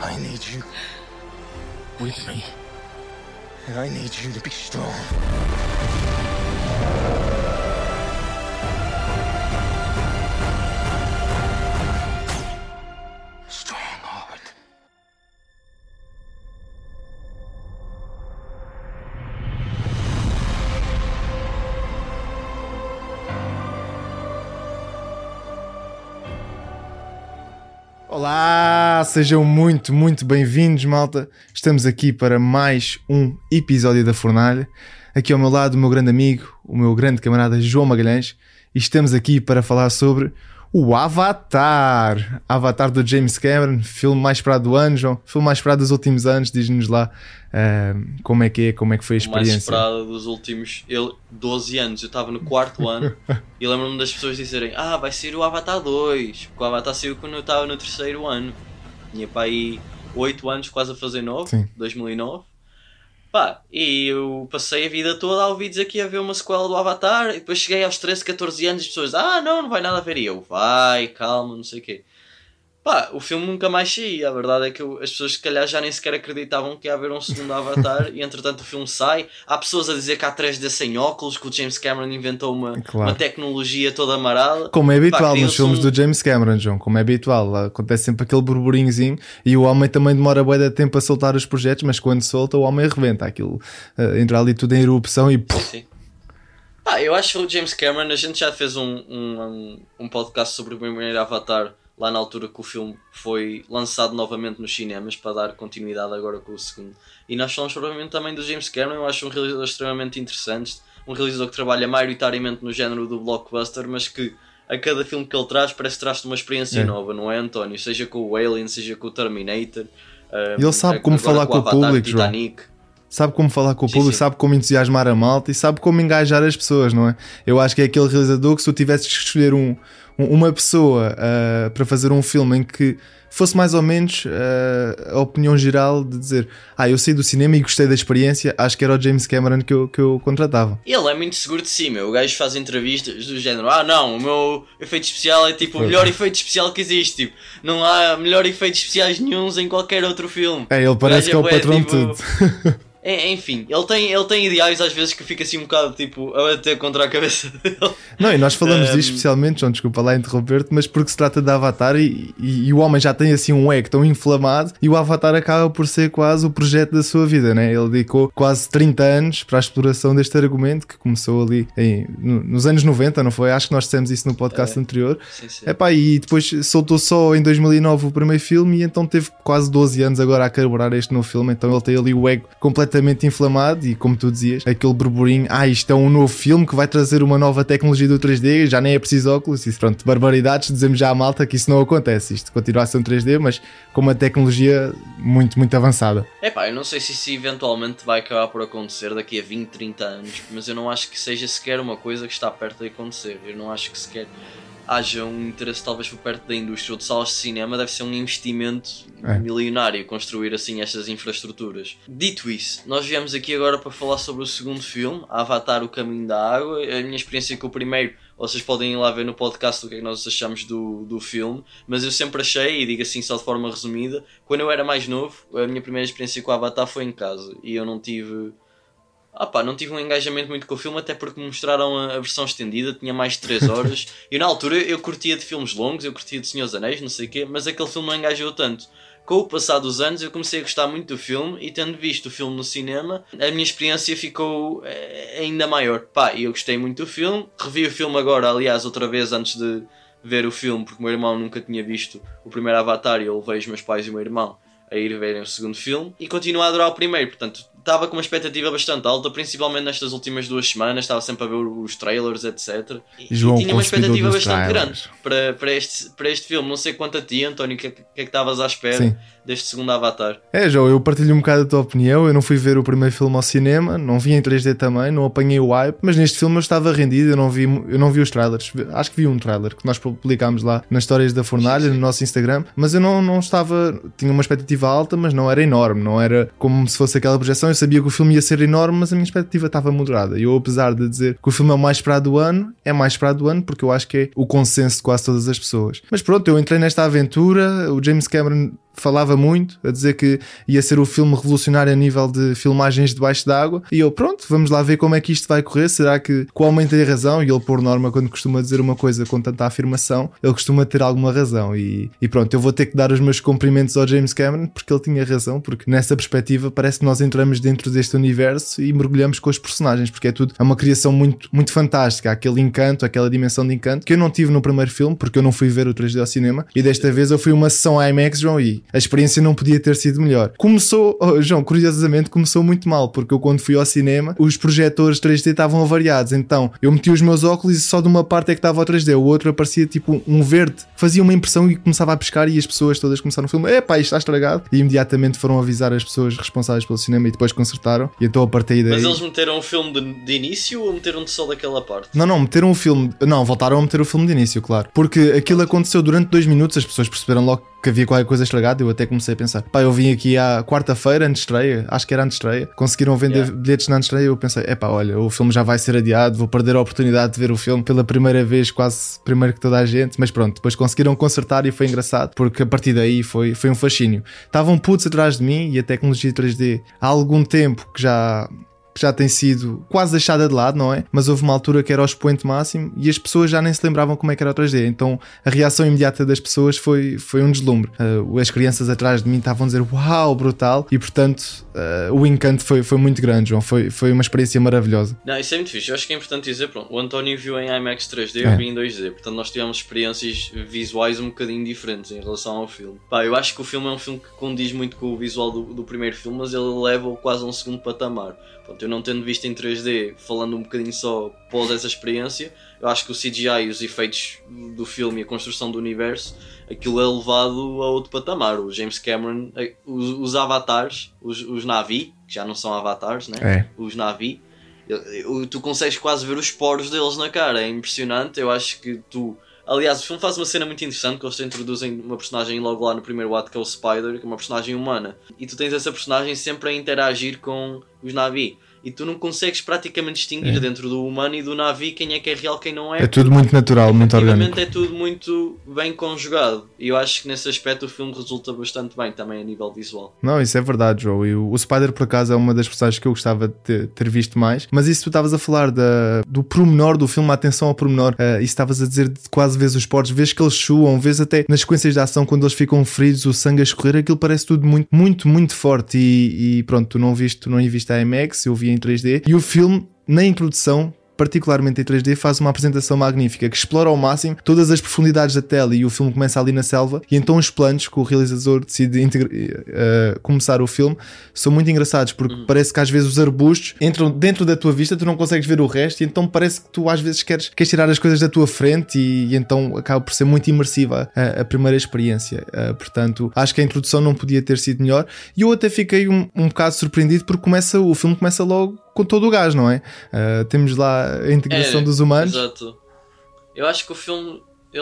I need you with me. And I need you to be strong. Strongheart. Olá, sejam muito bem-vindos, malta. Estamos aqui para mais um episódio da Fornalha. Aqui ao meu lado o meu grande amigo, o meu grande camarada João Magalhães. E estamos aqui para falar sobre o Avatar. Avatar do James Cameron, filme mais esperado do ano, João. Filme mais esperado dos últimos anos. Diz-nos lá como é que foi a experiência. O mais esperado dos últimos 12 anos. Eu estava no 4º ano e lembro-me das pessoas dizerem: vai sair o Avatar 2. Porque o Avatar saiu quando eu estava no 3º ano. Tinha para aí 8 anos, quase a fazer 9, Sim. 2009. E eu passei a vida toda a ouvir dizer que ia haver uma sequela do Avatar. E depois cheguei aos 13, 14 anos e as pessoas: não vai nada a ver. E eu: calma, não sei o quê. O filme nunca mais saía. A verdade é que as pessoas se calhar já nem sequer acreditavam que ia haver um segundo Avatar. E entretanto o filme sai. Há pessoas a dizer que há 3D sem óculos, que o James Cameron inventou uma tecnologia toda amarada. Como é habitual nos filmes do James Cameron, João. Como é habitual, acontece sempre aquele burburinhozinho. E o homem também demora bué de tempo a soltar os projetos, mas quando solta o homem arrebenta aquilo, entra ali tudo em erupção e Sim. Eu acho que o James Cameron, a gente já fez um podcast sobre o primeiro Avatar lá na altura que o filme foi lançado novamente nos cinemas, para dar continuidade agora com o segundo. E nós falamos provavelmente também do James Cameron. Eu acho um realizador extremamente interessante, um realizador que trabalha maioritariamente no género do blockbuster, mas que a cada filme que ele traz parece que traz-te uma experiência nova, não é, António? Seja com o Alien, seja com o Terminator. Ele sabe como falar com o público, Titanic. João. Sabe como falar com o público, Sim. sabe como entusiasmar a malta e sabe como engajar as pessoas, não é? Eu acho que é aquele realizador que, se tu tivesses que escolher uma pessoa para fazer um filme em que fosse mais ou menos a opinião geral de dizer: eu saí do cinema e gostei da experiência, acho que era o James Cameron que eu contratava. Ele é muito seguro de si, meu. O gajo faz entrevistas do género: não, o meu efeito especial é tipo o melhor efeito especial que existe, tipo, não há melhor efeitos especiais nenhuns em qualquer outro filme. Ele parece que é o patrão de tudo. Enfim, ele tem ideais às vezes que fica assim um bocado tipo a bater contra a cabeça dele. Não, e nós falamos disto especialmente, João, desculpa lá interromper-te, mas porque se trata de Avatar e o homem já tem assim um ego tão inflamado, e o Avatar acaba por ser quase o projeto da sua vida, né? Ele dedicou quase 30 anos para a exploração deste argumento, que começou ali nos anos 90, não foi? Acho que nós dissemos isso no podcast anterior. Sim. E depois soltou só em 2009 o primeiro filme, e então teve quase 12 anos agora a carburar este novo filme. Então ele tem ali o ego completamente inflamado e, como tu dizias, aquele burburinho: isto é um novo filme que vai trazer uma nova tecnologia do 3D, já nem é preciso óculos. E pronto, barbaridades, dizemos já à malta que isso não acontece. Isto continua a ser um 3D, mas com uma tecnologia muito avançada. Eu não sei se isso eventualmente vai acabar por acontecer daqui a 20, 30 anos, mas eu não acho que seja sequer uma coisa que está perto de acontecer. Eu não acho que sequer haja um interesse talvez por perto da indústria ou de salas de cinema. Deve ser um investimento milionário construir assim estas infraestruturas. Dito isso, nós viemos aqui agora para falar sobre o segundo filme, Avatar: O Caminho da Água. A minha experiência com o primeiro, vocês podem ir lá ver no podcast o que é que nós achamos do filme, mas eu sempre achei, e digo assim só de forma resumida, quando eu era mais novo, a minha primeira experiência com o Avatar foi em casa, e eu não tive um engajamento muito com o filme, até porque me mostraram a versão estendida, tinha mais de 3 horas. E na altura eu curtia de filmes longos, eu curtia de Senhor dos Anéis, não sei o quê, mas aquele filme não engajou tanto. Com o passar dos anos eu comecei a gostar muito do filme, e tendo visto o filme no cinema, a minha experiência ficou ainda maior. E eu gostei muito do filme, revi o filme agora, aliás, outra vez antes de ver o filme, porque o meu irmão nunca tinha visto o primeiro Avatar, e eu levei os meus pais e o meu irmão a ir verem o segundo filme, e continuo a adorar o primeiro. Portanto, estava com uma expectativa bastante alta, principalmente nestas últimas 2 semanas, estava sempre a ver os trailers, etc. E tinha uma expectativa bastante grande para este filme. Não sei quanto a ti, António, o que é que estavas à espera deste segundo Avatar? João, eu partilho um bocado a tua opinião. Eu não fui ver o primeiro filme ao cinema, não vi em 3D também, não apanhei o hype, mas neste filme eu estava rendido. Eu não vi os trailers, acho que vi um trailer que nós publicámos lá nas Histórias da Fornalha, no nosso Instagram, mas eu não estava, tinha uma expectativa alta, mas não era enorme, não era como se fosse aquela projeção. Eu sabia que o filme ia ser enorme, mas a minha expectativa estava moderada. E eu, apesar de dizer que o filme é o mais esperado do ano, é mais esperado do ano porque eu acho que é o consenso de quase todas as pessoas. Mas pronto, eu entrei nesta aventura. O James Cameron falava muito, a dizer que ia ser o filme revolucionário a nível de filmagens debaixo d'água, e eu, pronto, vamos lá ver como é que isto vai correr. Será que o homem tem razão? E ele, por norma, quando costuma dizer uma coisa com tanta afirmação, ele costuma ter alguma razão, e pronto, eu vou ter que dar os meus cumprimentos ao James Cameron, porque ele tinha razão, porque nessa perspectiva parece que nós entramos dentro deste universo e mergulhamos com os personagens, porque é uma criação muito, muito fantástica, aquele encanto, aquela dimensão de encanto que eu não tive no primeiro filme, porque eu não fui ver o 3D ao cinema, e desta vez eu fui uma sessão IMAX, João, e a experiência não podia ter sido melhor. João, curiosamente começou muito mal, porque eu quando fui ao cinema, os projetores 3D estavam avariados, então eu meti os meus óculos e só de uma parte é que estava o 3D, o outro aparecia tipo um verde, fazia uma impressão e começava a piscar, e as pessoas todas começaram o filme, epá, isto está estragado, e imediatamente foram avisar as pessoas responsáveis pelo cinema e depois consertaram, e então a partir daí... Mas eles meteram o filme de início ou meteram só daquela parte? Não, meteram o filme... Não, voltaram a meter o filme de início, claro. Porque aquilo aconteceu durante 2 minutos, as pessoas perceberam logo que havia qualquer coisa estragada. Eu até comecei a pensar, pá, eu vim aqui à quarta-feira, antestreia, acho que era antestreia, conseguiram vender bilhetes na antestreia, eu pensei, epá, olha, o filme já vai ser adiado, vou perder a oportunidade de ver o filme pela primeira vez, quase primeiro que toda a gente, mas pronto, depois conseguiram consertar e foi engraçado, porque a partir daí foi um fascínio. Estavam putos atrás de mim, e a tecnologia 3D há algum tempo que já tem sido quase deixada de lado, não é? Mas houve uma altura que era o expoente máximo e as pessoas já nem se lembravam como é que era o 3D, então a reação imediata das pessoas foi um deslumbre. As crianças atrás de mim estavam a dizer uau, brutal, e portanto o encanto foi muito grande, João, foi uma experiência maravilhosa. Não, isso é muito fixe, eu acho que é importante dizer, pronto, o António viu em IMAX 3D, eu vi em 2D, portanto nós tivemos experiências visuais um bocadinho diferentes em relação ao filme. Pá, eu acho que o filme é um filme que condiz muito com o visual do primeiro filme, mas ele leva-o quase a um segundo patamar. Pronto, eu não tendo visto em 3D, falando um bocadinho só após essa experiência, eu acho que o CGI e os efeitos do filme e a construção do universo, aquilo é levado a outro patamar. O James Cameron, os avatares, os Na'vi, que já não são avatares, né? Os Na'vi, tu consegues quase ver os poros deles na cara, é impressionante. Eu acho que aliás, o filme faz uma cena muito interessante, que eles te introduzem uma personagem logo lá no primeiro ato, que é o Spider, que é uma personagem humana, e tu tens essa personagem sempre a interagir com os Na'vi, e tu não consegues praticamente distinguir dentro do humano e do Na'vi quem é que é real, quem não é. É tudo muito natural, muito orgânico. É tudo muito bem conjugado, e eu acho que nesse aspecto o filme resulta bastante bem também a nível visual. Não, isso é verdade, Joe. E o Spider, por acaso, é uma das personagens que eu gostava de ter visto mais, mas isso tu estavas a falar do pormenor do filme, a atenção ao pormenor, e estavas a dizer de quase vês os poros, vês que eles suam, vês até nas sequências de ação quando eles ficam feridos, o sangue a escorrer, aquilo parece tudo muito, muito, muito forte, e pronto, tu não ia viste a IMAX, eu vi em 3D, e o filme, na introdução, particularmente em 3D, faz uma apresentação magnífica que explora ao máximo todas as profundidades da tela, e o filme começa ali na selva, e então os planos que o realizador decide começar o filme são muito engraçados, porque parece que às vezes os arbustos entram dentro da tua vista, tu não consegues ver o resto, e então parece que tu às vezes queres tirar as coisas da tua frente, e então acaba por ser muito imersiva a primeira experiência. Portanto, acho que a introdução não podia ter sido melhor, e eu até fiquei um bocado surpreendido, porque o filme começa logo com todo o gás, não é? Temos lá a integração dos humanos. Exato. Eu acho que o filme,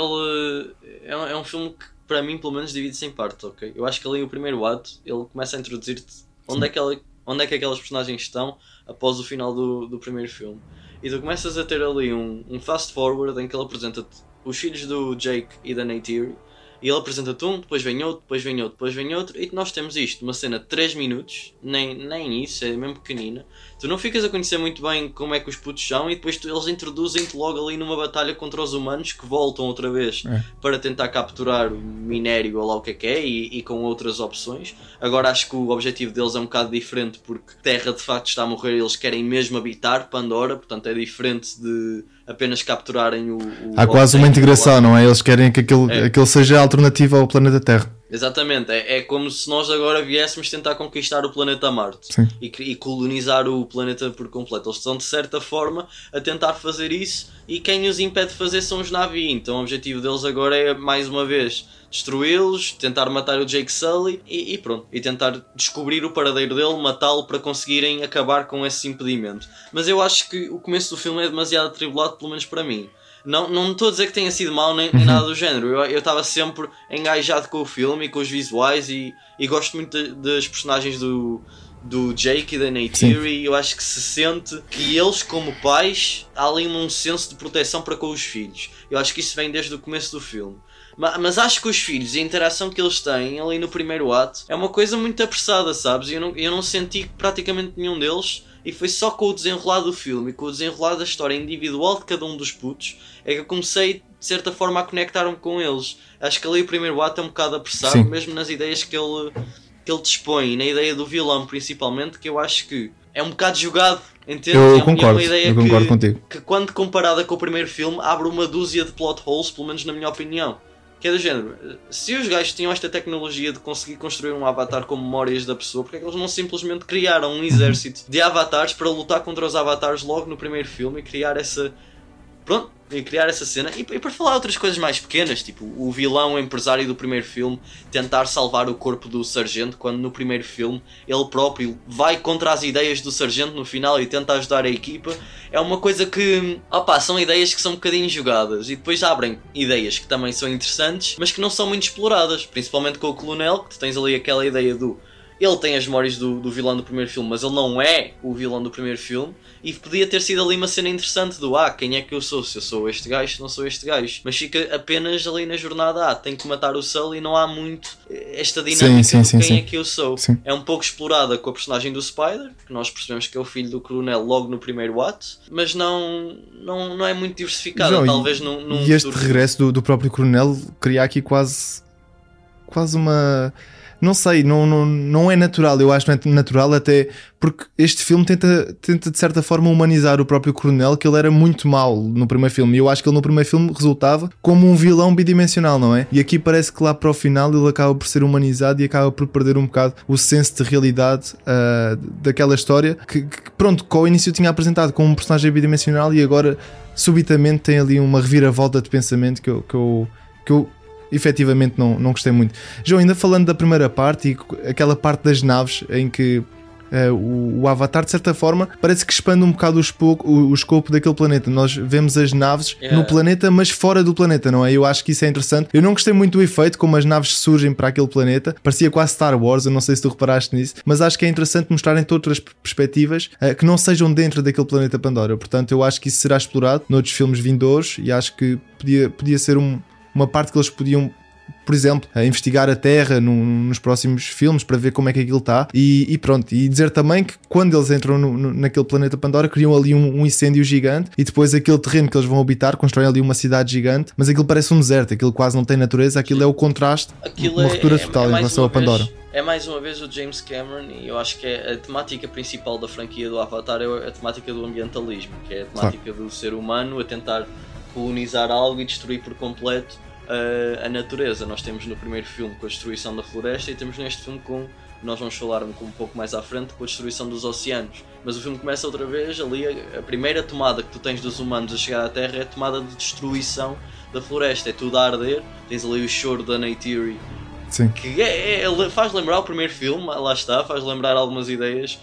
ele é um filme que, para mim, pelo menos, divide-se em partes, ok? Eu acho que ali o primeiro ato, ele começa a introduzir-te onde é que aquelas personagens estão após o final do primeiro filme. E tu começas a ter ali um fast forward em que ele apresenta-te os filhos do Jake e da Neytiri, e ele apresenta-te um, depois vem outro, depois vem outro, depois vem outro, e nós temos isto, uma cena de 3 minutos, nem isso, é mesmo pequenina. Tu não ficas a conhecer muito bem como é que os putos são, e depois eles introduzem-te logo ali numa batalha contra os humanos, que voltam outra vez para tentar capturar o minério ou lá o que é, e com outras opções. Agora acho que o objetivo deles é um bocado diferente, porque Terra de facto está a morrer, eles querem mesmo habitar Pandora, portanto é diferente de apenas capturarem o há quase uma integração, não é? Eles querem que aquele seja alternativo ao planeta Terra. Exatamente, é como se nós agora viéssemos tentar conquistar o planeta Marte e colonizar o planeta por completo. Eles estão de certa forma a tentar fazer isso, e quem os impede de fazer são os Na'vi. Então o objetivo deles agora é, mais uma vez, destruí-los, tentar matar o Jake Sully e pronto, e tentar descobrir o paradeiro dele, matá-lo para conseguirem acabar com esse impedimento. Mas eu acho que o começo do filme é demasiado atribulado, pelo menos para mim. Não estou a dizer que tenha sido mau nem nada do género. Eu estava sempre engajado com o filme e com os visuais, e gosto muito das personagens do Jake e da Neytiri, e eu acho que se sente que eles, como pais, há ali um senso de proteção para com os filhos. Eu acho que isso vem desde o começo do filme. Mas acho que os filhos e a interação que eles têm ali no primeiro ato é uma coisa muito apressada, sabes? Eu não senti praticamente nenhum deles, e foi só com o desenrolar do filme e com o desenrolar da história individual de cada um dos putos é que eu comecei de certa forma a conectar-me com eles. Acho que ali o primeiro ato é um bocado apressado, sim, mesmo nas ideias que ele dispõe, e na ideia do vilão principalmente, que eu acho que é um bocado jogado, entende? Eu concordo, uma ideia contigo. Que quando comparada com o primeiro filme abre uma dúzia de plot holes, pelo menos na minha opinião. Que é do género, se os gajos tinham esta tecnologia de conseguir construir um avatar com memórias da pessoa, porque é que eles não simplesmente criaram um exército de avatares para lutar contra os avatares logo no primeiro filme e criar essa... Pronto, e criar essa cena. E para falar outras coisas mais pequenas, tipo o vilão, o empresário do primeiro filme tentar salvar o corpo do sargento, quando no primeiro filme ele próprio vai contra as ideias do sargento no final e tenta ajudar a equipa. É uma coisa que, são ideias que são um bocadinho jogadas e depois abrem ideias que também são interessantes, mas que não são muito exploradas, principalmente com o Coronel, que tu tens ali aquela ideia do... Ele tem as memórias do vilão do primeiro filme, mas ele não é o vilão do primeiro filme. E podia ter sido ali uma cena interessante do quem é que eu sou? Se eu sou este gajo, se não sou este gajo. Mas fica apenas ali na jornada, tenho que matar o Sully, e não há muito esta dinâmica de quem é que eu sou. Sim. É um pouco explorada com a personagem do Spider, que nós percebemos que é o filho do Coronel logo no primeiro ato, mas não é muito diversificada, João, talvez num e este regresso do próprio Coronel cria aqui quase uma... Não sei, não é natural. Eu acho que não é natural, até porque este filme tenta de certa forma humanizar o próprio Coronel, que ele era muito mau no primeiro filme, e eu acho que ele no primeiro filme resultava como um vilão bidimensional, não é? E aqui parece que lá para o final ele acaba por ser humanizado e acaba por perder um bocado o senso de realidade daquela história que pronto, que ao início tinha apresentado como um personagem bidimensional e agora subitamente tem ali uma reviravolta de pensamento que eu efetivamente não gostei muito. João, ainda falando da primeira parte e aquela parte das naves em que o Avatar de certa forma parece que expande um bocado o escopo daquele planeta. Nós vemos as naves no planeta, mas fora do planeta, não é? Eu acho que isso é interessante. Eu não gostei muito do efeito como as naves surgem para aquele planeta, parecia quase Star Wars, eu não sei se tu reparaste nisso, mas acho que é interessante mostrarem outras perspectivas que não sejam dentro daquele planeta Pandora. Portanto, eu acho que isso será explorado noutros filmes vindouros e acho que podia ser uma parte que eles podiam, por exemplo, investigar a Terra nos próximos filmes para ver como é que aquilo está e pronto, e dizer também que quando eles entram naquele planeta Pandora criam ali um incêndio gigante e depois aquele terreno que eles vão habitar constroem ali uma cidade gigante, mas aquilo parece um deserto, aquilo quase não tem natureza, aquilo é o contraste, uma ruptura total em relação a Pandora. É mais uma vez o James Cameron, e eu acho que a temática principal da franquia do Avatar é a temática do ambientalismo, que é a temática do ser humano a tentar colonizar algo e destruir por completo a natureza. Nós temos no primeiro filme com a destruição da floresta e temos neste filme nós vamos falar um pouco mais à frente, com a destruição dos oceanos. Mas o filme começa outra vez ali, a primeira tomada que tu tens dos humanos a chegar à Terra é a tomada de destruição da floresta, é tudo a arder, tens ali o choro da Neytiri, sim, que faz lembrar o primeiro filme, lá está, faz lembrar algumas ideias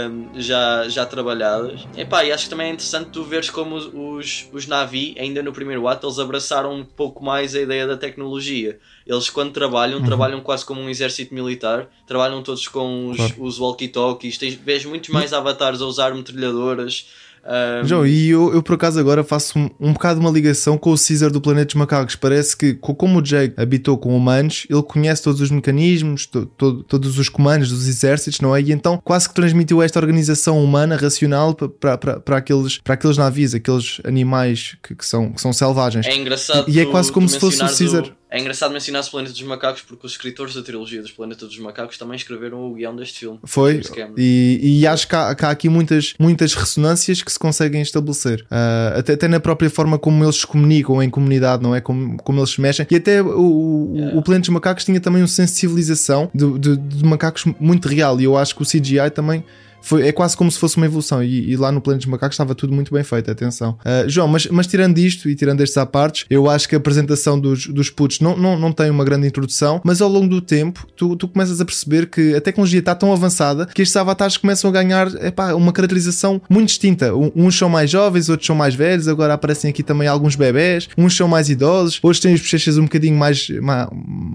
já trabalhadas. E acho que também é interessante tu veres como os Na'vi, ainda no primeiro ato, eles abraçaram um pouco mais a ideia da tecnologia. Eles quando trabalham quase como um exército militar, trabalham todos com os walkie-talkies, vês muitos mais avatares a usar metralhadoras. João, e eu por acaso agora faço um bocado uma ligação com o Caesar do Planeta dos Macacos. Parece que como o Jake habitou com humanos, ele conhece todos os mecanismos, todos os comandos dos exércitos, não é? E então quase que transmitiu esta organização humana, racional para aqueles navios, aqueles animais que são selvagens. É engraçado. E é quase como se fosse o Caesar. É engraçado mencionar o Planeta dos Macacos porque os escritores da trilogia dos Planeta dos Macacos também escreveram o guião deste filme. Foi, e acho que há aqui muitas ressonâncias que se conseguem estabelecer. Até na própria forma como eles se comunicam em comunidade, não é? Como eles se mexem. E até o Planeta dos Macacos tinha também um senso de civilização de macacos muito real. E eu acho que o CGI também é quase como se fosse uma evolução e lá no Planeta dos Macacos estava tudo muito bem feito, atenção. João, mas tirando isto e tirando estes à partes, eu acho que a apresentação dos putos não tem uma grande introdução, mas ao longo do tempo tu começas a perceber que a tecnologia está tão avançada que estes avatares começam a ganhar uma caracterização muito distinta. Uns são mais jovens, outros são mais velhos, agora aparecem aqui também alguns bebés, uns são mais idosos, outros têm as bochechas um bocadinho mais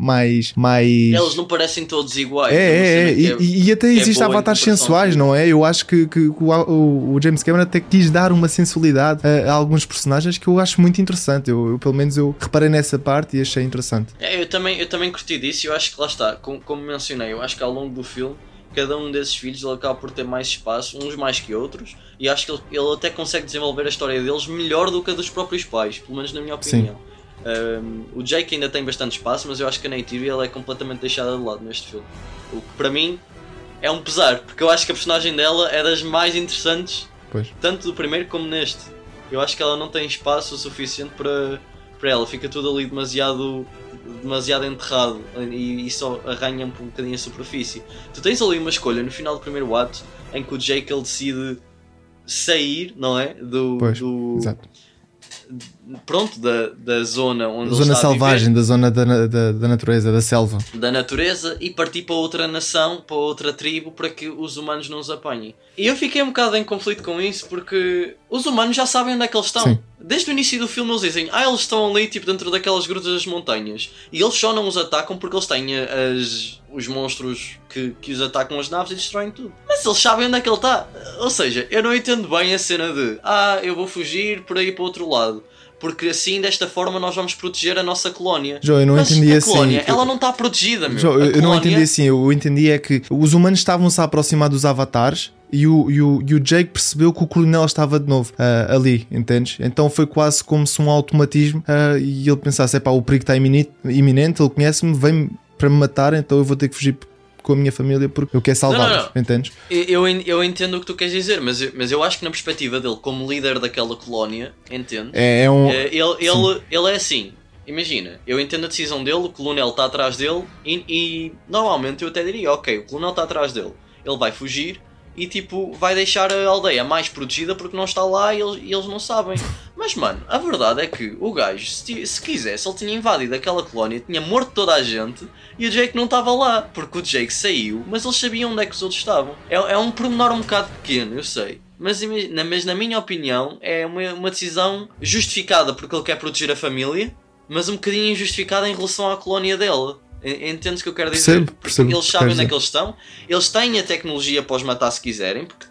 Eles não parecem todos iguais. E até existem avatares sensuais, não é? Eu acho que o James Cameron até quis dar uma sensualidade a alguns personagens que eu acho muito interessante. Eu pelo menos eu reparei nessa parte e achei interessante. Eu também curti disso e eu acho que lá está, como mencionei, eu acho que ao longo do filme cada um desses filhos ele acaba por ter mais espaço, uns mais que outros, e acho que ele até consegue desenvolver a história deles melhor do que a dos próprios pais, pelo menos na minha opinião. O Jake ainda tem bastante espaço, mas eu acho que a Neytiri ela é completamente deixada de lado neste filme, o que para mim é um pesar, porque eu acho que a personagem dela é das mais interessantes, tanto do primeiro como neste. Eu acho que ela não tem espaço o suficiente para ela, fica tudo ali demasiado enterrado e só arranha um bocadinho a superfície. Tu tens ali uma escolha no final do primeiro ato em que o Jake ele decide sair, não é? Exato. Pronto, da zona onde ele zona está selvagem, a viver, da zona da natureza, da selva. Da natureza, e partir para outra nação, para outra tribo, para que os humanos não os apanhem. E eu fiquei um bocado em conflito com isso, porque os humanos já sabem onde é que eles estão. Sim. Desde o início do filme eles dizem, eles estão ali tipo dentro daquelas grutas das montanhas. E eles só não os atacam porque eles têm os monstros que os atacam as naves e destroem tudo. Mas eles sabem onde é que ele está. Ou seja, eu não entendo bem a cena de eu vou fugir por aí para o outro lado, porque assim, desta forma, nós vamos proteger a nossa colónia. João, eu não entendi assim. A colónia, ela não está protegida, meu. João, eu não entendi assim. Eu entendi é que os humanos estavam-se a aproximar dos avatares e o Jake percebeu que o coronel estava de novo ali, entendes? Então foi quase como se um automatismo e ele pensasse, o perigo está iminente, ele conhece-me, vem para me matar, então eu vou ter que fugir com a minha família porque eu quero salvá-los, entendes? Eu entendo o que tu queres dizer, mas eu acho que na perspectiva dele como líder daquela colónia, entende? Ele é assim, imagina, eu entendo a decisão dele, o coronel está atrás dele e normalmente eu até diria, ok, o coronel está atrás dele, ele vai fugir e tipo, vai deixar a aldeia mais protegida porque não está lá e eles não sabem. Mas mano, a verdade é que o gajo, se quisesse, ele tinha invadido aquela colónia, tinha morto toda a gente e o Jake não estava lá, porque o Jake saiu, mas eles sabiam onde é que os outros estavam. É um pormenor um bocado pequeno, eu sei, mas na minha opinião é uma decisão justificada porque ele quer proteger a família, mas um bocadinho injustificada em relação à colónia dela. Entendes o que eu quero dizer? Percebo eles sabem onde é que eles estão, eles têm a tecnologia para os matar se quiserem, porque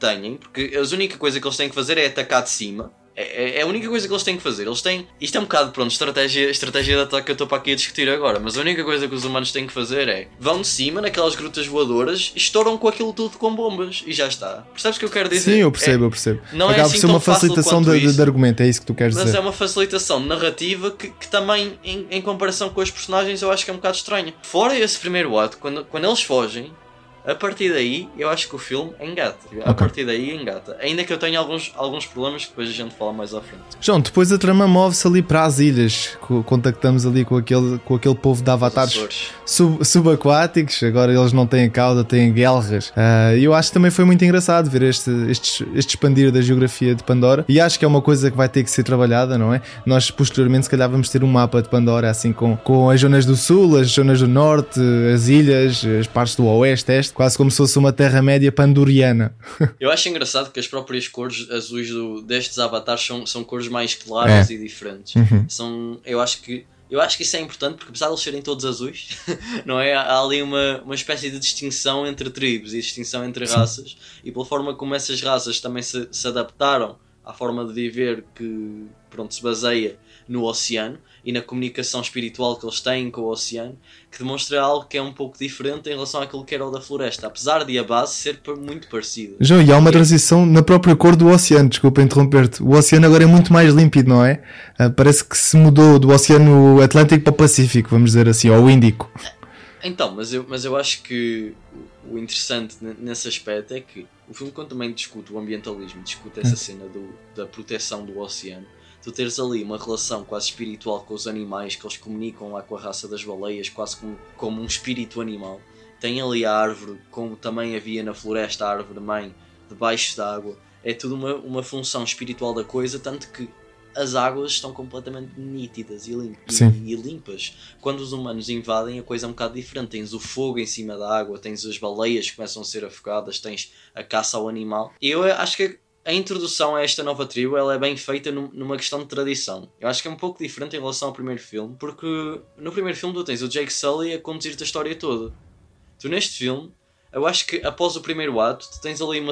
a única coisa que eles têm que fazer é atacar de cima. É a única coisa que eles têm que fazer. Eles têm, isto é um bocado, estratégia de ataque que eu estou para aqui a discutir agora, mas a única coisa que os humanos têm que fazer é vão de cima naquelas grutas voadoras, estouram com aquilo tudo com bombas e já está. Percebes o que eu quero dizer? Sim, eu percebo. Não acaba é assim por ser uma facilitação de argumento, é isso que tu queres dizer. dizer. Mas é uma facilitação narrativa que também, em comparação com os personagens, eu acho que é um bocado estranha. Fora esse primeiro ato, quando eles fogem, a partir daí, eu acho que o filme engata. A partir daí engata. Ainda que eu tenha alguns problemas que depois a gente fala mais à frente. João, depois a trama move-se ali para as ilhas. Contactamos ali com aquele povo de avatares subaquáticos. Agora eles não têm cauda, têm guelras. Eu acho que também foi muito engraçado ver este expandir da geografia de Pandora. E acho que é uma coisa que vai ter que ser trabalhada, não é? Nós posteriormente se calhar vamos ter um mapa de Pandora assim com as zonas do sul, as zonas do norte, as ilhas, as partes do oeste, este. Quase como se fosse uma Terra-média pandoriana. Eu acho engraçado que as próprias cores azuis destes avatares são cores mais claras e diferentes. Eu acho que isso é importante porque apesar de eles serem todos azuis, não é? Há ali uma espécie de distinção entre tribos e distinção entre raças. E pela forma como essas raças também se adaptaram à forma de viver que se baseia no oceano e na comunicação espiritual que eles têm com o oceano, que demonstra algo que é um pouco diferente em relação àquilo que era o da floresta, apesar de a base ser muito parecida. João, e há uma transição na própria cor do oceano, desculpa interromper-te. O oceano agora é muito mais límpido, não é? Parece que se mudou do oceano Atlântico para o Pacífico, vamos dizer assim, ou o Índico. Então, mas eu acho que o interessante nesse aspecto é que o filme, quando também discute o ambientalismo, discute essa cena da proteção do oceano, tu teres ali uma relação quase espiritual com os animais, que eles comunicam lá com a raça das baleias, quase como um espírito animal. Tem ali a árvore, como também havia na floresta, a árvore mãe, debaixo da água. É tudo uma função espiritual da coisa, tanto que as águas estão completamente nítidas e limpas. Quando os humanos invadem, a coisa é um bocado diferente. Tens o fogo em cima da água, tens as baleias que começam a ser afogadas, tens a caça ao animal. E eu acho que a introdução a esta nova tribo ela é bem feita numa questão de tradição. Eu acho que é um pouco diferente em relação ao primeiro filme, porque no primeiro filme tu tens o Jake Sully a conduzir-te a história toda. Tu neste filme, eu acho que após o primeiro ato, tu tens ali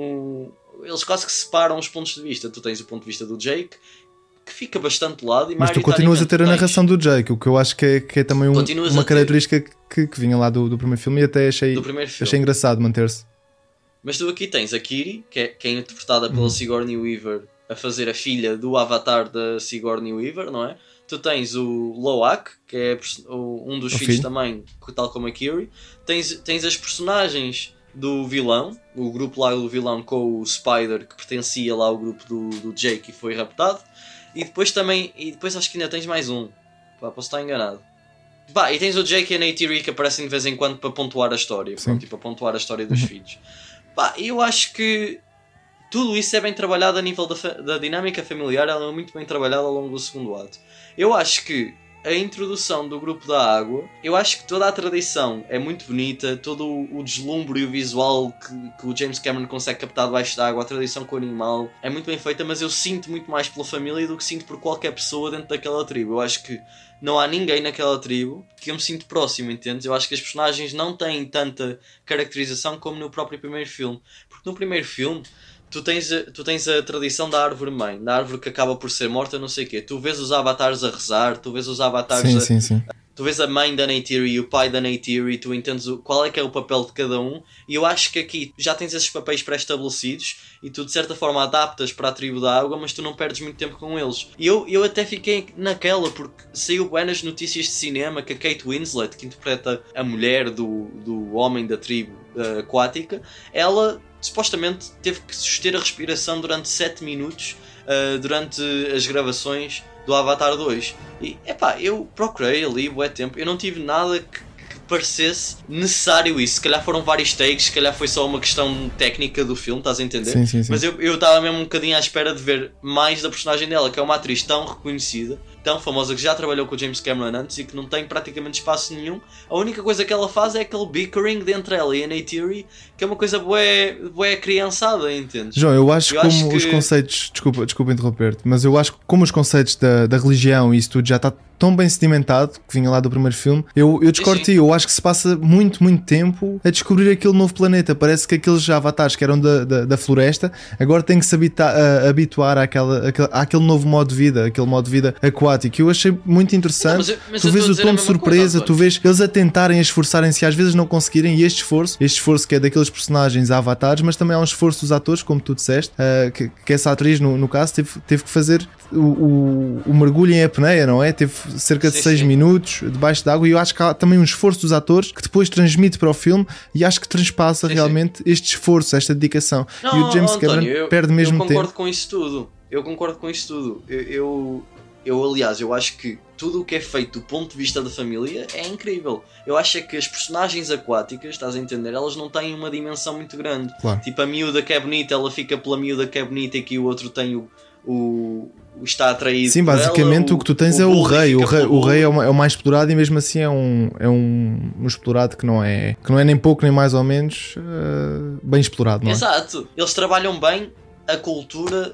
eles quase que separam os pontos de vista. Tu tens o ponto de vista do Jake, que fica bastante de lado. Mas tu continuas a ter a narração do Jake, o que eu acho que é também uma característica que vinha lá do primeiro filme e até achei engraçado manter-se. Mas tu aqui tens a Kiri, que é interpretada pela Sigourney Weaver, a fazer a filha do avatar da Sigourney Weaver, não é? Tu tens o Loak, que é um dos filhos também, tal como a Kiri. Tens as personagens do vilão, o grupo lá do vilão com o Spider, que pertencia lá ao grupo do Jake e foi raptado. E depois acho que ainda tens mais um. Pá, posso estar enganado. E tens o Jake e a Neytiri que aparecem de vez em quando para pontuar a história. Pronto, para pontuar a história dos filhos. Eu acho que tudo isso é bem trabalhado a nível da dinâmica familiar. Ela é muito bem trabalhada ao longo do segundo ato. Eu acho que a introdução do grupo da água, eu acho que toda a tradição é muito bonita, todo o deslumbre e o visual que o James Cameron consegue captar debaixo da água, a tradição com o animal, é muito bem feita, mas eu sinto muito mais pela família do que sinto por qualquer pessoa dentro daquela tribo. Eu acho que não há ninguém naquela tribo que eu me sinto próximo, entendes? Eu acho que as personagens não têm tanta caracterização como no próprio primeiro filme, porque no primeiro filme tu tens a tradição da árvore-mãe, da árvore que acaba por ser morta, não sei o quê. Tu vês os avatares a rezar, tu vês os avatares sim. Tu vês a mãe da Neytiri e o pai da Neytiri, tu entendes qual é que é o papel de cada um, e eu acho que aqui já tens esses papéis pré-estabelecidos e tu de certa forma adaptas para a tribo da água, mas tu não perdes muito tempo com eles. E eu até fiquei naquela, porque saiu bem nas notícias de cinema que a Kate Winslet, que interpreta a mulher do homem da tribo aquática, ela supostamente teve que suster a respiração durante 7 minutos durante as gravações do Avatar 2. E eu procurei ali bué tempo, eu não tive nada que parecesse necessário isso. Se calhar foram vários takes, se calhar foi só uma questão técnica do filme, estás a entender? Sim. Mas eu estava mesmo um bocadinho à espera de ver mais da personagem dela, que é uma atriz tão reconhecida, tão famosa, que já trabalhou com o James Cameron antes e que não tem praticamente espaço nenhum. A única coisa que ela faz é aquele bickering entre ela e a Neytiri, que é uma coisa bué criançada, entendes? João, eu acho que os conceitos, desculpa interromper-te, mas eu acho que como os conceitos da religião e isso tudo já está tão bem sedimentado, que vinha lá do primeiro filme, eu discordo de ti. Eu acho que se passa muito tempo a descobrir aquele novo planeta. Parece que aqueles avatares que eram da floresta agora têm que se habituar àquele novo modo de vida, aquele modo de vida aquático. Eu achei muito interessante. Mas tu vês o tom de surpresa, tu vês eles a tentarem, a esforçarem-se, às vezes não conseguirem, e este esforço que é daqueles personagens avatares, mas também há um esforço dos atores, como tu disseste, que essa atriz no caso teve que fazer o mergulho em apneia, não é? Teve cerca de 6 minutos debaixo d'água, e eu acho que há também um esforço dos atores que depois transmite para o filme, e acho que transpassa realmente este esforço, esta dedicação. E o James Cameron perde mesmo tempo. Eu concordo com isso tudo. Aliás, eu acho que tudo o que é feito do ponto de vista da família é incrível. Eu acho que as personagens aquáticas, estás a entender, elas não têm uma dimensão muito grande. Claro. Tipo, a miúda que é bonita, ela fica pela miúda que é bonita, e que o outro tem o está atraído. Sim, basicamente o que tu tens é o rei. O rei é o mais explorado, e mesmo assim é um explorado que não é nem pouco nem mais ou menos bem explorado, não é? Exato. Eles trabalham bem a cultura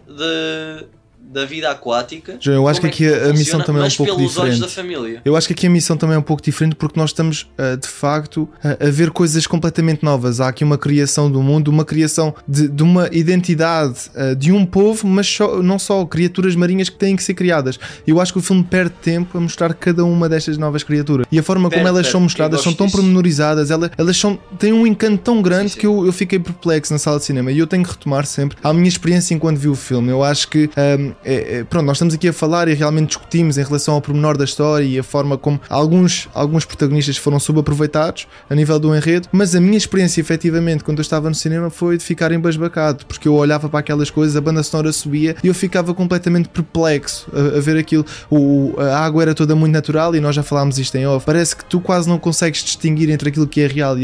da vida aquática. João, eu acho que aqui a missão também é um pouco diferente. Da família. Eu acho que aqui a missão também é um pouco diferente, porque nós estamos de facto a ver coisas completamente novas. Há aqui uma criação do mundo, uma criação de uma identidade de um povo, mas não só criaturas marinhas que têm que ser criadas. Eu acho que o filme perde tempo a mostrar cada uma destas novas criaturas, e a forma como elas são mostradas são tão pormenorizadas, elas têm um encanto tão grande que eu fiquei perplexo na sala de cinema, e eu tenho que retomar sempre a minha experiência enquanto vi o filme. Eu acho que pronto, nós estamos aqui a falar e realmente discutimos em relação ao pormenor da história e a forma como alguns protagonistas foram subaproveitados a nível do enredo, mas a minha experiência efetivamente quando eu estava no cinema foi de ficar embasbacado, porque eu olhava para aquelas coisas, a banda sonora subia e eu ficava completamente perplexo a ver aquilo. A água era toda muito natural, e nós já falámos isto em off. Parece que tu quase não consegues distinguir entre aquilo que é real e aquilo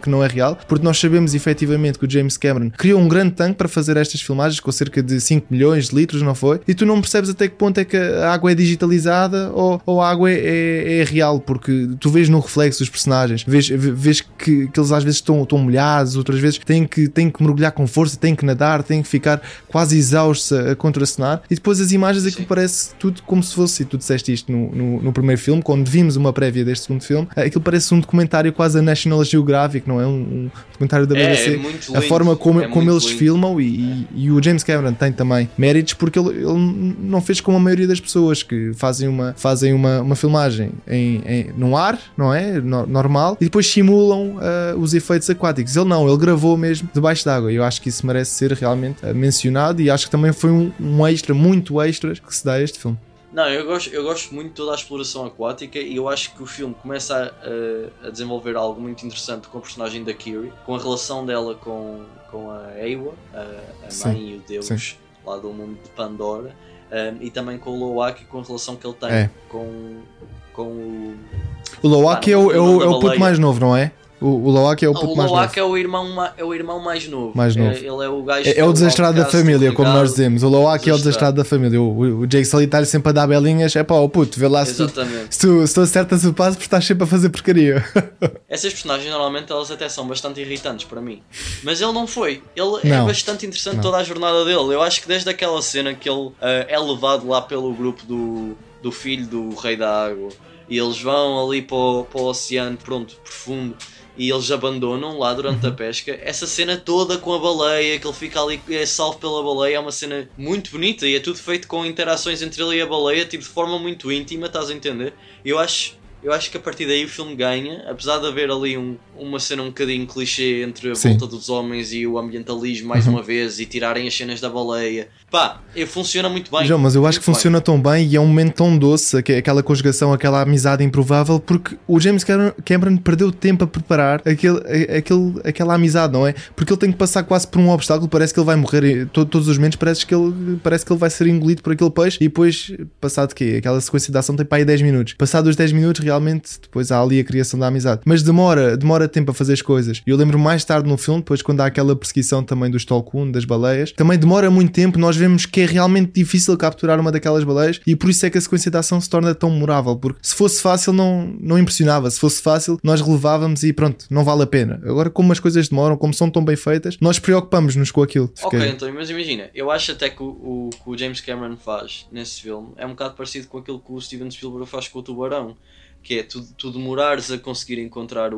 que não é real, porque nós sabemos efetivamente que o James Cameron criou um grande tanque para fazer estas filmagens com cerca de 5 milhões de litros, não foi? E tu não percebes até que ponto é que a água é digitalizada ou a água é real, porque tu vês no reflexo dos personagens, vês que eles às vezes estão molhados, outras vezes têm que mergulhar com força, têm que nadar, têm que ficar quase exaustos a contracenar, e depois as imagens aquilo parece tudo como se fosse, e tu disseste isto no primeiro filme, quando vimos uma prévia deste segundo filme, aquilo parece um documentário quase a National Geographic, não é? Um documentário da BBC. A forma como eles filmam, e o James Cameron tem também méritos, porque ele não fez como a maioria das pessoas que fazem uma filmagem no ar, não é? Normal, e depois simulam os efeitos aquáticos. Ele gravou mesmo debaixo d'água, e eu acho que isso merece ser realmente mencionado, e acho que também foi um extra, muito extras, que se dá a este filme. Não, eu gosto muito de toda a exploração aquática, e eu acho que o filme começa a desenvolver algo muito interessante com a personagem da Kiri, com a relação dela com a Eywa, a mãe e o deus lá do mundo de Pandora, e também com o Loak, com a relação que ele tem com o... O Loak é o puto mais novo, não é? O Loak é o puto mais novo. O Loak é o irmão mais novo. Ele é o gajo. É o desastrado da família, como nós dizemos. O Loak é o desastrado da família. O Jake Sully está-lhe sempre a dar belinhas. É pá, o puto, vê lá se tu acertas o passo, porque estás sempre a fazer porcaria. Essas personagens normalmente elas até são bastante irritantes para mim. Mas ele não foi. Ele é bastante interessante toda a jornada dele. Eu acho que desde aquela cena que ele é levado lá pelo grupo do filho do Rei da Água, e eles vão ali para o oceano, profundo, e eles abandonam lá durante a pesca. Essa cena toda com a baleia, que ele fica ali, é salvo pela baleia, é uma cena muito bonita, e é tudo feito com interações entre ele e a baleia, tipo, de forma muito íntima, estás a entender? Eu acho que a partir daí o filme ganha, apesar de haver ali uma cena um bocadinho clichê entre a volta dos homens e o ambientalismo mais uma vez, e tirarem as cenas da baleia. Pá, funciona muito bem. João, mas eu acho que funciona tão bem, e é um momento tão doce, aquela conjugação, aquela amizade improvável, porque o James Cameron perdeu tempo a preparar aquela amizade, não é? Porque ele tem que passar quase por um obstáculo, parece que ele vai morrer todos os momentos, parece que ele vai ser engolido por aquele peixe, e depois, passado quê? Aquela sequência de ação tem para aí 10 minutos. Passado os 10 minutos, realmente, depois há ali a criação da amizade. Mas demora tempo a fazer as coisas. E eu lembro mais tarde no filme, depois quando há aquela perseguição também dos Tolkien, das baleias, também demora muito tempo, nós vemos que é realmente difícil capturar uma daquelas baleias, e por isso é que a sequência de ação se torna tão memorável, porque se fosse fácil não impressionava, se fosse fácil nós relevávamos e pronto, não vale a pena. Agora, como as coisas demoram, como são tão bem feitas, nós preocupamos-nos com aquilo. Ok, António, mas imagina, eu acho até que o James Cameron faz nesse filme é um bocado parecido com aquilo que o Steven Spielberg faz com o Tubarão, que é tu demorares a conseguir encontrar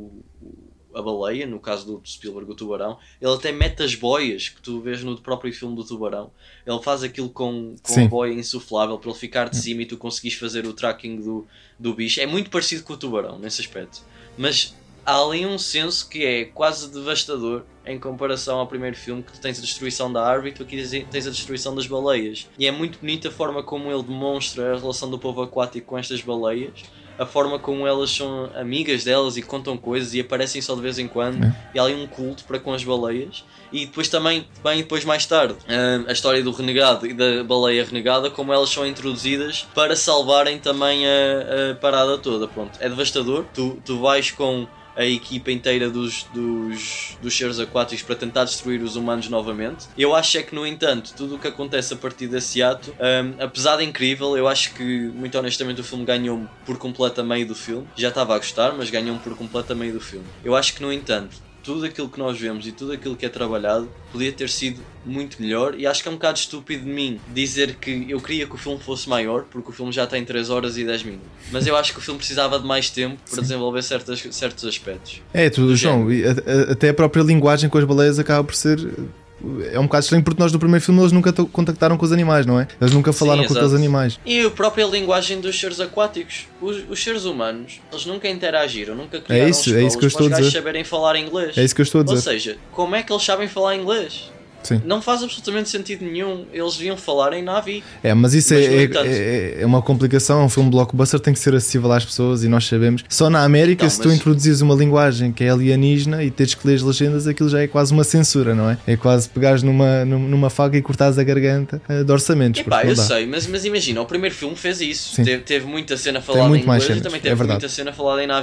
a baleia, no caso do Spielberg, o tubarão. Ele até mete as boias que tu vês no próprio filme do tubarão. Ele faz aquilo com a boia insuflável para ele ficar de cima e tu conseguires fazer o tracking do bicho. É muito parecido com o tubarão nesse aspecto, mas há ali um senso que é quase devastador em comparação ao primeiro filme, que tu tens a destruição da árvore e tu aqui tens a destruição das baleias. E é muito bonita a forma como ele demonstra a relação do povo aquático com estas baleias, a forma como elas são amigas delas e contam coisas e aparecem só de vez em quando, e há ali um culto para com as baleias. E depois também, depois mais tarde, a história do renegado e da baleia renegada, como elas são introduzidas para salvarem também a parada toda. Pronto, é devastador. Tu vais com a equipa inteira dos seres aquáticos para tentar destruir os humanos novamente. Eu acho é que, no entanto, tudo o que acontece a partir desse ato, apesar de incrível, eu acho que, muito honestamente, o filme ganhou-me por completo a meio do filme. Já estava a gostar, mas ganhou-me por completo a meio do filme. Eu acho que, no entanto, tudo aquilo que nós vemos e tudo aquilo que é trabalhado podia ter sido muito melhor, e acho que é um bocado estúpido de mim dizer que eu queria que o filme fosse maior, porque o filme já tem 3 horas e 10 minutos, mas eu acho que o filme precisava de mais tempo para desenvolver certos aspectos. João, até a própria linguagem com as baleias acaba por ser... É um bocado estranho, porque nós do primeiro filme eles nunca contactaram com os animais, não é? Eles nunca falaram com aqueles animais. E a própria linguagem dos seres aquáticos. Os seres humanos, eles nunca interagiram, nunca criaram escolas que eu estou para os gajos saberem falar inglês. É isso que eu estou a dizer. Ou seja, como é que eles sabem falar inglês? Sim. Não faz absolutamente sentido nenhum. Eles deviam falar em Na'vi. Mas isso é uma complicação. Um filme blockbuster tem que ser acessível às pessoas, e nós sabemos. Só na América, se tu introduzires uma linguagem que é alienígena e tens que ler as legendas, aquilo já é quase uma censura, não é? É quase pegares numa faca e cortares a garganta de orçamentos. Eu sei, mas imagina, o primeiro filme fez isso. Teve muita cena falada em inglês e também teve muita cena falada em Na'vi.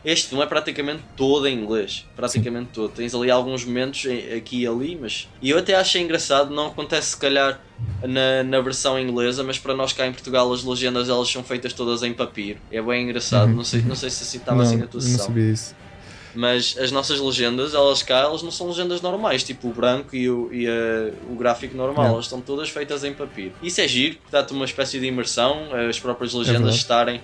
Este filme é praticamente todo em inglês. Praticamente todo. Tens ali alguns momentos aqui e ali, mas... E eu até achei engraçado, não acontece se calhar na versão inglesa, mas para nós cá em Portugal as legendas elas são feitas todas em papiro. É bem engraçado. Não sei se assim estava assim na tua sessão. Não sabia isso. Mas as nossas legendas, elas não são legendas normais, tipo o branco e o gráfico normal, elas estão todas feitas em papiro. Isso é giro, dá-te uma espécie de imersão, as próprias legendas estarem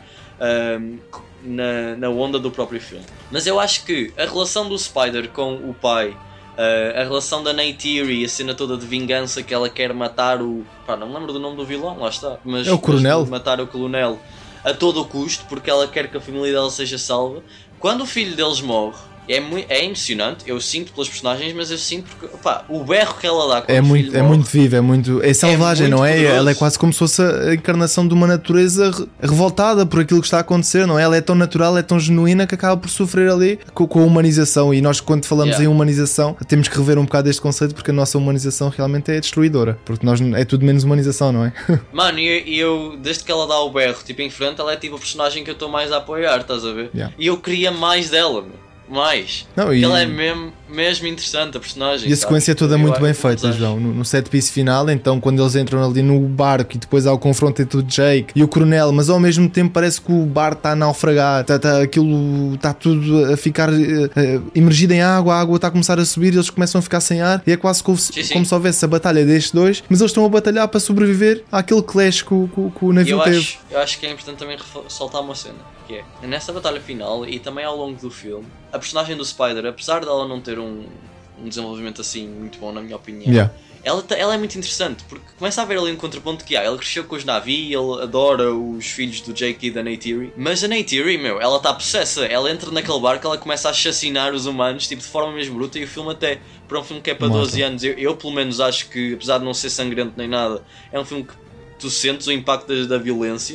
na onda do próprio filme. Mas eu acho que a relação do Spider com o pai, a relação da Neytiri, a cena toda de vingança que ela quer matar o... Pá, não me lembro do nome do vilão, lá está. Mas, é o coronel? Matar o coronel a todo o custo, porque ela quer que a família dela seja salva. Quando o filho deles morre, é emocionante, eu sinto pelas personagens, mas eu sinto porque, pá, o berro que ela dá quando o filho morre, é muito vivo, é selvagem, muito não é? poderoso. Ela é quase como se fosse a encarnação de uma natureza revoltada por aquilo que está a acontecer, não é? Ela é tão natural, é tão genuína que acaba por sofrer ali com a humanização, e nós quando falamos em humanização temos que rever um bocado este conceito, porque a nossa humanização realmente é destruidora, porque nós é tudo menos humanização, não é? Mano, e eu, desde que ela dá o berro tipo em frente, ela é tipo a personagem que eu estou mais a apoiar, estás a ver? E eu queria mais dela, meu. Mais. Não, ela é mesmo interessante, a personagem. E a sequência é toda muito bem feita, João. No set piece final, então, quando eles entram ali no barco e depois há o confronto entre o Jake e o coronel, mas ao mesmo tempo parece que o bar está a naufragar, aquilo está tudo a ficar imergido em água, a água está a começar a subir, eles começam a ficar sem ar, e é quase como se houvesse a batalha destes dois, mas eles estão a batalhar para sobreviver àquele clash que o navio teve. Eu acho que é importante também ressaltar uma cena, que é, nessa batalha final e também ao longo do filme, a personagem do Spider, apesar dela não ter um desenvolvimento assim muito bom, na minha opinião, ela é muito interessante, porque começa a haver ali um contraponto que ele cresceu com os Na'vi, ele adora os filhos do Jake e da Neytiri, mas a Neytiri, ela está possessa, ela entra naquele barco, ela começa a assassinar os humanos, tipo, de forma mesmo bruta, e o filme até, para um filme que é para 12 anos, eu pelo menos acho que, apesar de não ser sangrento nem nada, é um filme que tu sentes o impacto da violência.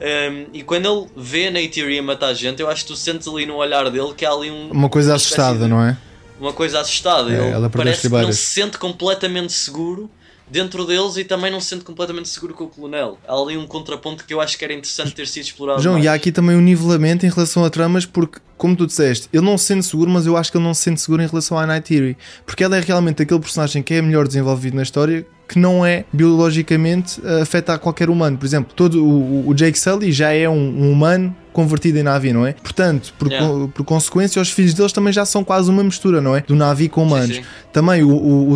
E quando ele vê a Neytiri a matar gente, eu acho que tu sentes ali no olhar dele que há ali uma coisa assustada, não é? Uma coisa assustada. Ele parece que não se sente completamente seguro dentro deles e também não se sente completamente seguro com o coronel. Há ali um contraponto que eu acho que era interessante ter sido explorado. João, mais. E há aqui também um nivelamento em relação a tramas, porque, como tu disseste, ele não se sente seguro, mas eu acho que ele não se sente seguro em relação à Neytiri, porque ela é realmente aquele personagem que é melhor desenvolvido na história, que não é biologicamente afeta a qualquer humano. Por exemplo, todo o Jake Sully já é um humano convertido em Na'vi, não é? Portanto, por consequência, os filhos deles também já são quase uma mistura, não é? Do Na'vi com humanos. Sim. Também o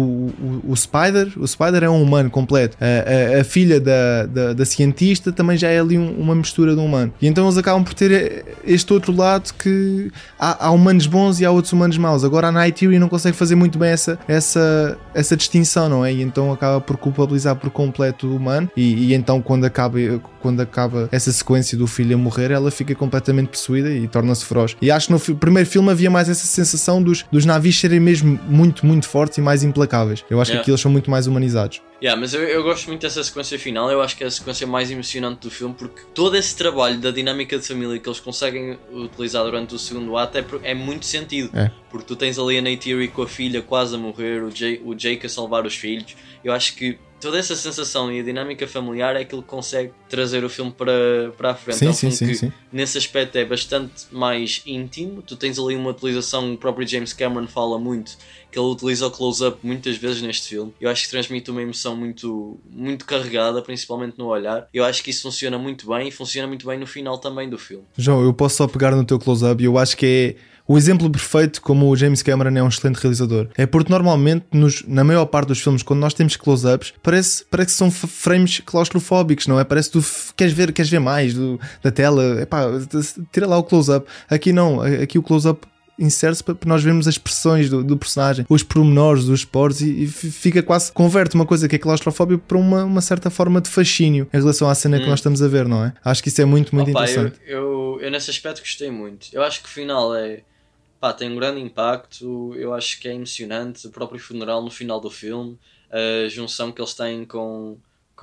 Spider é um humano completo. A filha da cientista também já é ali uma mistura de um humano. E então eles acabam por ter este outro lado que há humanos bons e há outros humanos maus. Agora a Neytiri não consegue fazer muito bem essa distinção, não é? E então acaba por culpabilizar por completo o humano, e então quando acaba essa sequência do filho a morrer, ela fica completamente possuída e torna-se feroz. E acho que no primeiro filme havia mais essa sensação dos Na'vis serem mesmo muito, muito fortes e mais implacáveis. Eu acho que aqui eles são muito mais humanizados. Mas eu gosto muito dessa sequência final. Eu acho que é a sequência mais emocionante do filme, porque todo esse trabalho da dinâmica de família que eles conseguem utilizar durante o segundo ato é muito sentido. Porque tu tens ali a Neytiri com a filha quase a morrer, o Jake a salvar os filhos. Eu acho que toda essa sensação e a dinâmica familiar é aquilo que consegue trazer o filme para a frente. Sim. Nesse aspecto é bastante mais íntimo. Tu tens ali uma utilização, o próprio James Cameron fala muito, que ele utiliza o close-up muitas vezes neste filme. Eu acho que transmite uma emoção muito, muito carregada, principalmente no olhar. Eu acho que isso funciona muito bem, e funciona muito bem no final também do filme. João, eu posso só pegar no teu close-up, e eu acho que é o exemplo perfeito como o James Cameron é um excelente realizador. É porque normalmente, na maior parte dos filmes, quando nós temos close-ups, parece que são frames claustrofóbicos, não é? Parece que tu queres ver mais da tela. Epá, tira lá o close-up. Aqui não, aqui o close-up insere-se para nós vermos as expressões do personagem, os pormenores, os poros, e fica quase, converte uma coisa que é claustrofóbica para uma certa forma de fascínio em relação à cena que nós estamos a ver, não é? Acho que isso é muito, muito interessante. Eu nesse aspecto gostei muito. Eu acho que o final tem um grande impacto. Eu acho que é emocionante. O próprio funeral no final do filme, a junção que eles têm com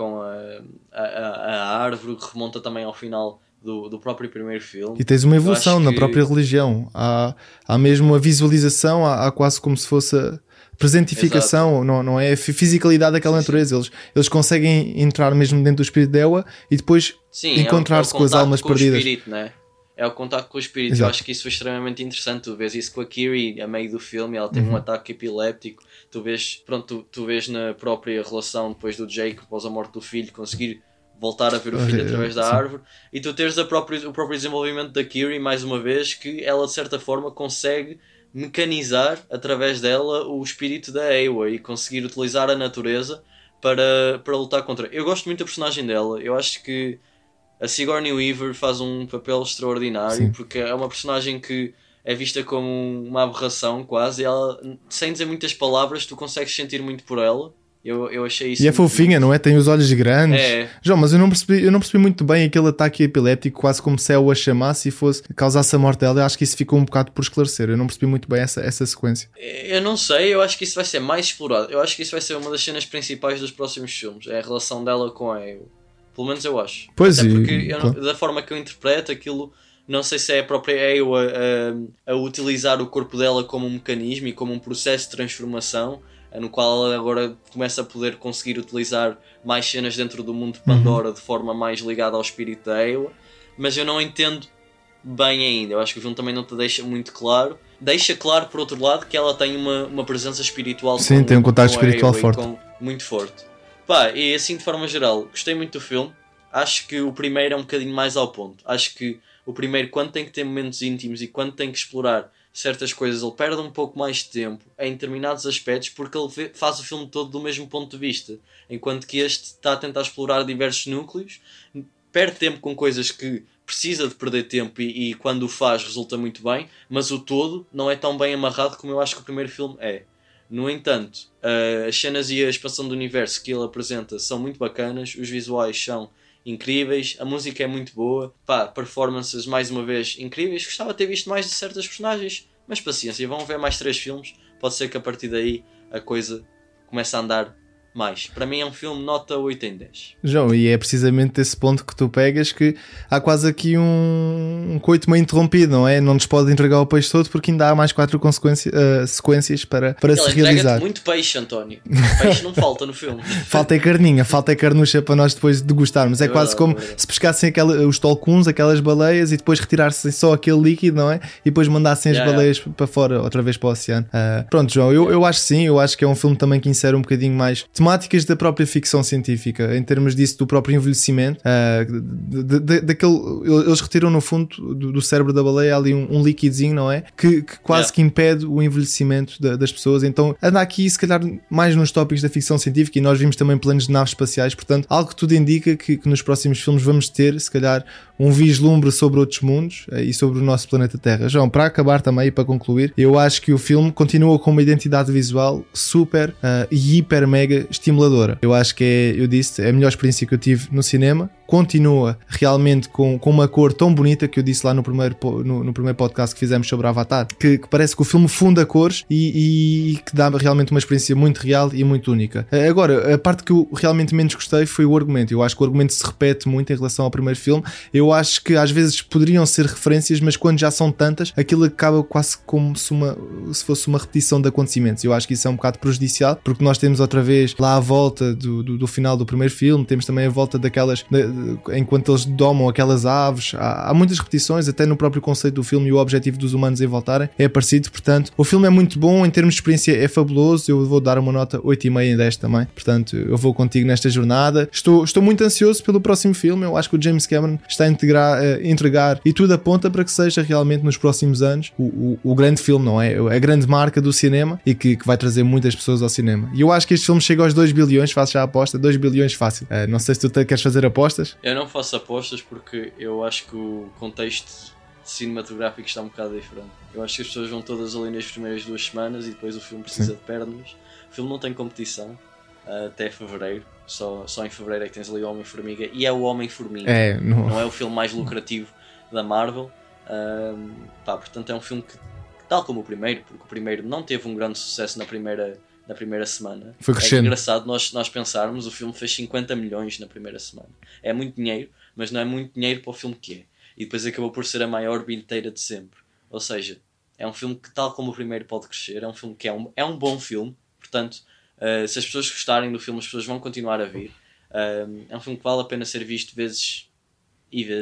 a árvore, que remonta também ao final do próprio primeiro filme. E tens uma evolução na própria religião. Há mesmo a visualização, há quase como se fosse a presentificação, não é? A fisicalidade daquela natureza. Eles conseguem entrar mesmo dentro do espírito dela e depois encontrar-se com as almas perdidas. Espírito, não é? é o contacto com o espírito. Exato. Eu acho que isso foi extremamente interessante. Tu vês isso com a Kiri a meio do filme, ela tem um ataque epiléptico. Tu vês, pronto, tu vês na própria relação depois do Jake, após a morte do filho, conseguir voltar a ver o filho através da árvore, e tu teres o próprio desenvolvimento da Kiri, mais uma vez, que ela de certa forma consegue mecanizar através dela o espírito da Eywa e conseguir utilizar a natureza para lutar contra. Eu gosto muito da personagem dela. Eu acho que a Sigourney Weaver faz um papel extraordinário. Sim. Porque é uma personagem que é vista como uma aberração quase. Ela, sem dizer muitas palavras, tu consegues sentir muito por ela. Eu achei isso. E é fofinha, não é? Tem os olhos grandes. É. João, mas eu não percebi muito bem aquele ataque epiléptico, quase como se ela a chamasse e fosse causasse a morte dela. Eu acho que isso ficou um bocado por esclarecer. Eu não percebi muito bem essa sequência. Eu não sei, eu acho que isso vai ser mais explorado. Eu acho que isso vai ser uma das cenas principais dos próximos filmes. É a relação dela com a Eywa. Pelo menos eu acho. Pois é. Porque da forma que eu interpreto aquilo, não sei se é a própria Eywa a utilizar o corpo dela como um mecanismo e como um processo de transformação, no qual ela agora começa a poder conseguir utilizar mais cenas dentro do mundo de Pandora de forma mais ligada ao espírito da Eywa, mas eu não entendo bem ainda. Eu acho que o filme também não te deixa muito claro. Deixa claro, por outro lado, que ela tem uma presença espiritual. Sim, tem um contato espiritual forte. Muito forte. Pá, e assim de forma geral, gostei muito do filme. Acho que o primeiro é um bocadinho mais ao ponto. Acho que o primeiro, quando tem que ter momentos íntimos e quando tem que explorar certas coisas, ele perde um pouco mais de tempo em determinados aspectos, porque ele faz o filme todo do mesmo ponto de vista, enquanto que este está a tentar explorar diversos núcleos, perde tempo com coisas que precisa de perder tempo e quando o faz resulta muito bem, mas o todo não é tão bem amarrado como eu acho que o primeiro filme é. No entanto, as cenas e a expansão do universo que ele apresenta são muito bacanas, os visuais são incríveis, a música é muito boa, pá, performances mais uma vez incríveis. Gostava de ter visto mais de certas personagens, mas paciência, vão ver mais 3 filmes, pode ser que a partir daí a coisa comece a andar mais. Para mim é um filme nota 8 em 10. João, e é precisamente desse ponto que tu pegas que há quase aqui um coito meio interrompido, não é? Não nos pode entregar o peixe todo porque ainda há mais 4 sequências para se realizar. Muito peixe, António. Peixe não falta no filme. Falta carninha, falta carnucha para nós depois degustarmos. É quase como se pescassem os tolcuns, aquelas baleias, e depois retirassem só aquele líquido, não é? E depois mandassem as baleias para fora, outra vez para o oceano. Pronto, João, eu acho sim, eu acho que é um filme também que insere um bocadinho mais temáticas da própria ficção científica, em termos disso, do próprio envelhecimento, eles retiram no fundo do cérebro da baleia ali um líquidozinho, não é? Que quase que impede o envelhecimento das pessoas. Então anda aqui se calhar mais nos tópicos da ficção científica, e nós vimos também planos de naves espaciais, portanto algo que tudo indica que nos próximos filmes vamos ter se calhar um vislumbre sobre outros mundos e sobre o nosso planeta Terra. João, para acabar também e para concluir, eu acho que o filme continua com uma identidade visual super e hiper mega estimuladora. Eu acho que é a melhor experiência que eu tive no cinema. Continua realmente com uma cor tão bonita que eu disse lá no primeiro podcast que fizemos sobre Avatar, que parece que o filme funda cores e que dá realmente uma experiência muito real e muito única. Agora, a parte que eu realmente menos gostei foi o argumento. Eu acho que o argumento se repete muito em relação ao primeiro filme. Eu acho que às vezes poderiam ser referências, mas quando já são tantas, aquilo acaba quase como se fosse uma repetição de acontecimentos. Eu acho que isso é um bocado prejudicial, porque nós temos outra vez lá a volta do final do primeiro filme, temos também a volta daquelas enquanto eles domam aquelas aves, há muitas repetições, até no próprio conceito do filme, e o objetivo dos humanos em voltarem é parecido. Portanto, o filme é muito bom, em termos de experiência é fabuloso. Eu vou dar uma nota 8,5 em 10 também, portanto eu vou contigo nesta jornada. Estou muito ansioso pelo próximo filme. Eu acho que o James Cameron está a entregar, e tudo aponta para que seja realmente nos próximos anos o grande filme, não é? A grande marca do cinema, e que vai trazer muitas pessoas ao cinema. E eu acho que este filme chega aos 2 bilhões, faço já a aposta, 2 bilhões fácil. Não sei se tu queres fazer apostas. Eu não faço apostas porque eu acho que o contexto cinematográfico está um bocado diferente. Eu acho que as pessoas vão todas ali nas primeiras 2 semanas e depois o filme precisa de pernas. O filme não tem competição até fevereiro. Só em fevereiro é que tens ali o Homem-Formiga, e é o Homem-Formiga. Não é o filme mais lucrativo da Marvel. Portanto é um filme que, tal como o primeiro, porque o primeiro não teve um grande sucesso na primeira semana. Foi crescendo. É engraçado nós pensarmos, o filme fez 50 milhões na primeira semana. É muito dinheiro, mas não é muito dinheiro para o filme que é. E depois acabou por ser a maior bilheteira de sempre. Ou seja, é um filme que, tal como o primeiro, pode crescer. É um filme que é um bom filme. Portanto, se as pessoas gostarem do filme, as pessoas vão continuar a vir. É um filme que vale a pena ser visto vezes e vezes.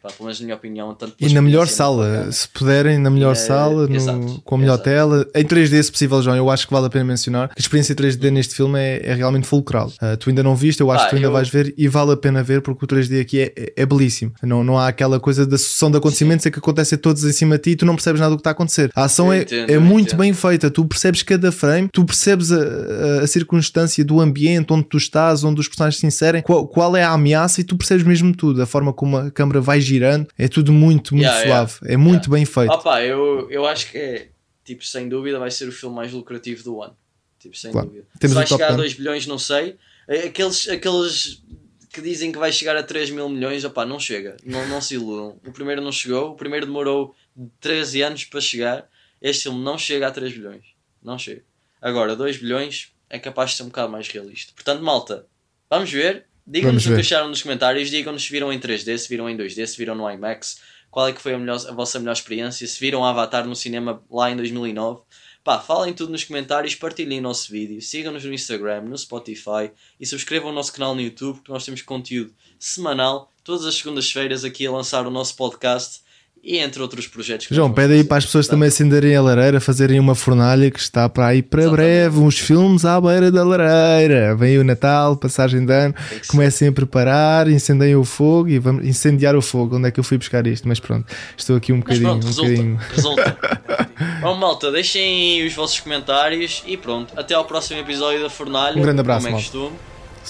Pá, pelo menos na minha opinião, tanto E na melhor sala, se puderem, na melhor sala, com a melhor tela, em 3D se possível, João, eu acho que vale a pena mencionar que a experiência 3D neste filme é realmente fulcral. Tu ainda não viste, eu acho que tu ainda vais ver e vale a pena ver porque o 3D aqui é belíssimo. Não há aquela coisa da sucessão de acontecimentos que acontecem todos em cima de ti e tu não percebes nada do que está a acontecer. A ação é muito bem feita, tu percebes cada frame, tu percebes a circunstância do ambiente onde tu estás, onde os personagens se inserem, qual é a ameaça e tu percebes mesmo tudo, a forma como a câmera vai girando, é tudo muito suave, é muito bem feito. Eu acho que é, tipo, sem dúvida vai ser o filme mais lucrativo do ano, tipo, sem dúvida. Se vai chegar a 2 bilhões não sei, aqueles que dizem que vai chegar a 3 mil milhões, não chega, não se iludam. O primeiro não chegou, o primeiro demorou 13 anos para chegar, este filme não chega a 3 bilhões, não chega. Agora 2 bilhões é capaz de ser um bocado mais realista. Portanto, malta, vamos ver. Digam-nos o que acharam nos comentários, digam-nos se viram em 3D, se viram em 2D, se viram no IMAX, qual é que foi a vossa melhor experiência, se viram Avatar no cinema lá em 2009. Pá, falem tudo nos comentários, partilhem o nosso vídeo, sigam-nos no Instagram, no Spotify e subscrevam o nosso canal no YouTube, porque nós temos conteúdo semanal, todas as segundas-feiras aqui a lançar o nosso podcast e entre outros projetos. João, pede aí para as pessoas também acenderem a lareira, fazerem uma fornalha que está para aí para breve, uns filmes à beira da lareira. Vem o Natal, passagem de ano, comecem a preparar, incendiem o fogo e vamos incendiar o fogo. Onde é que eu fui buscar isto? Mas pronto, estou aqui um bocadinho. Resulta. Bom, malta, deixem os vossos comentários e pronto, até ao próximo episódio da Fornalha. Um grande abraço, como é costume.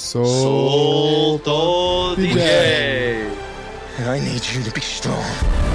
Solto DJ! And I need you to be strong.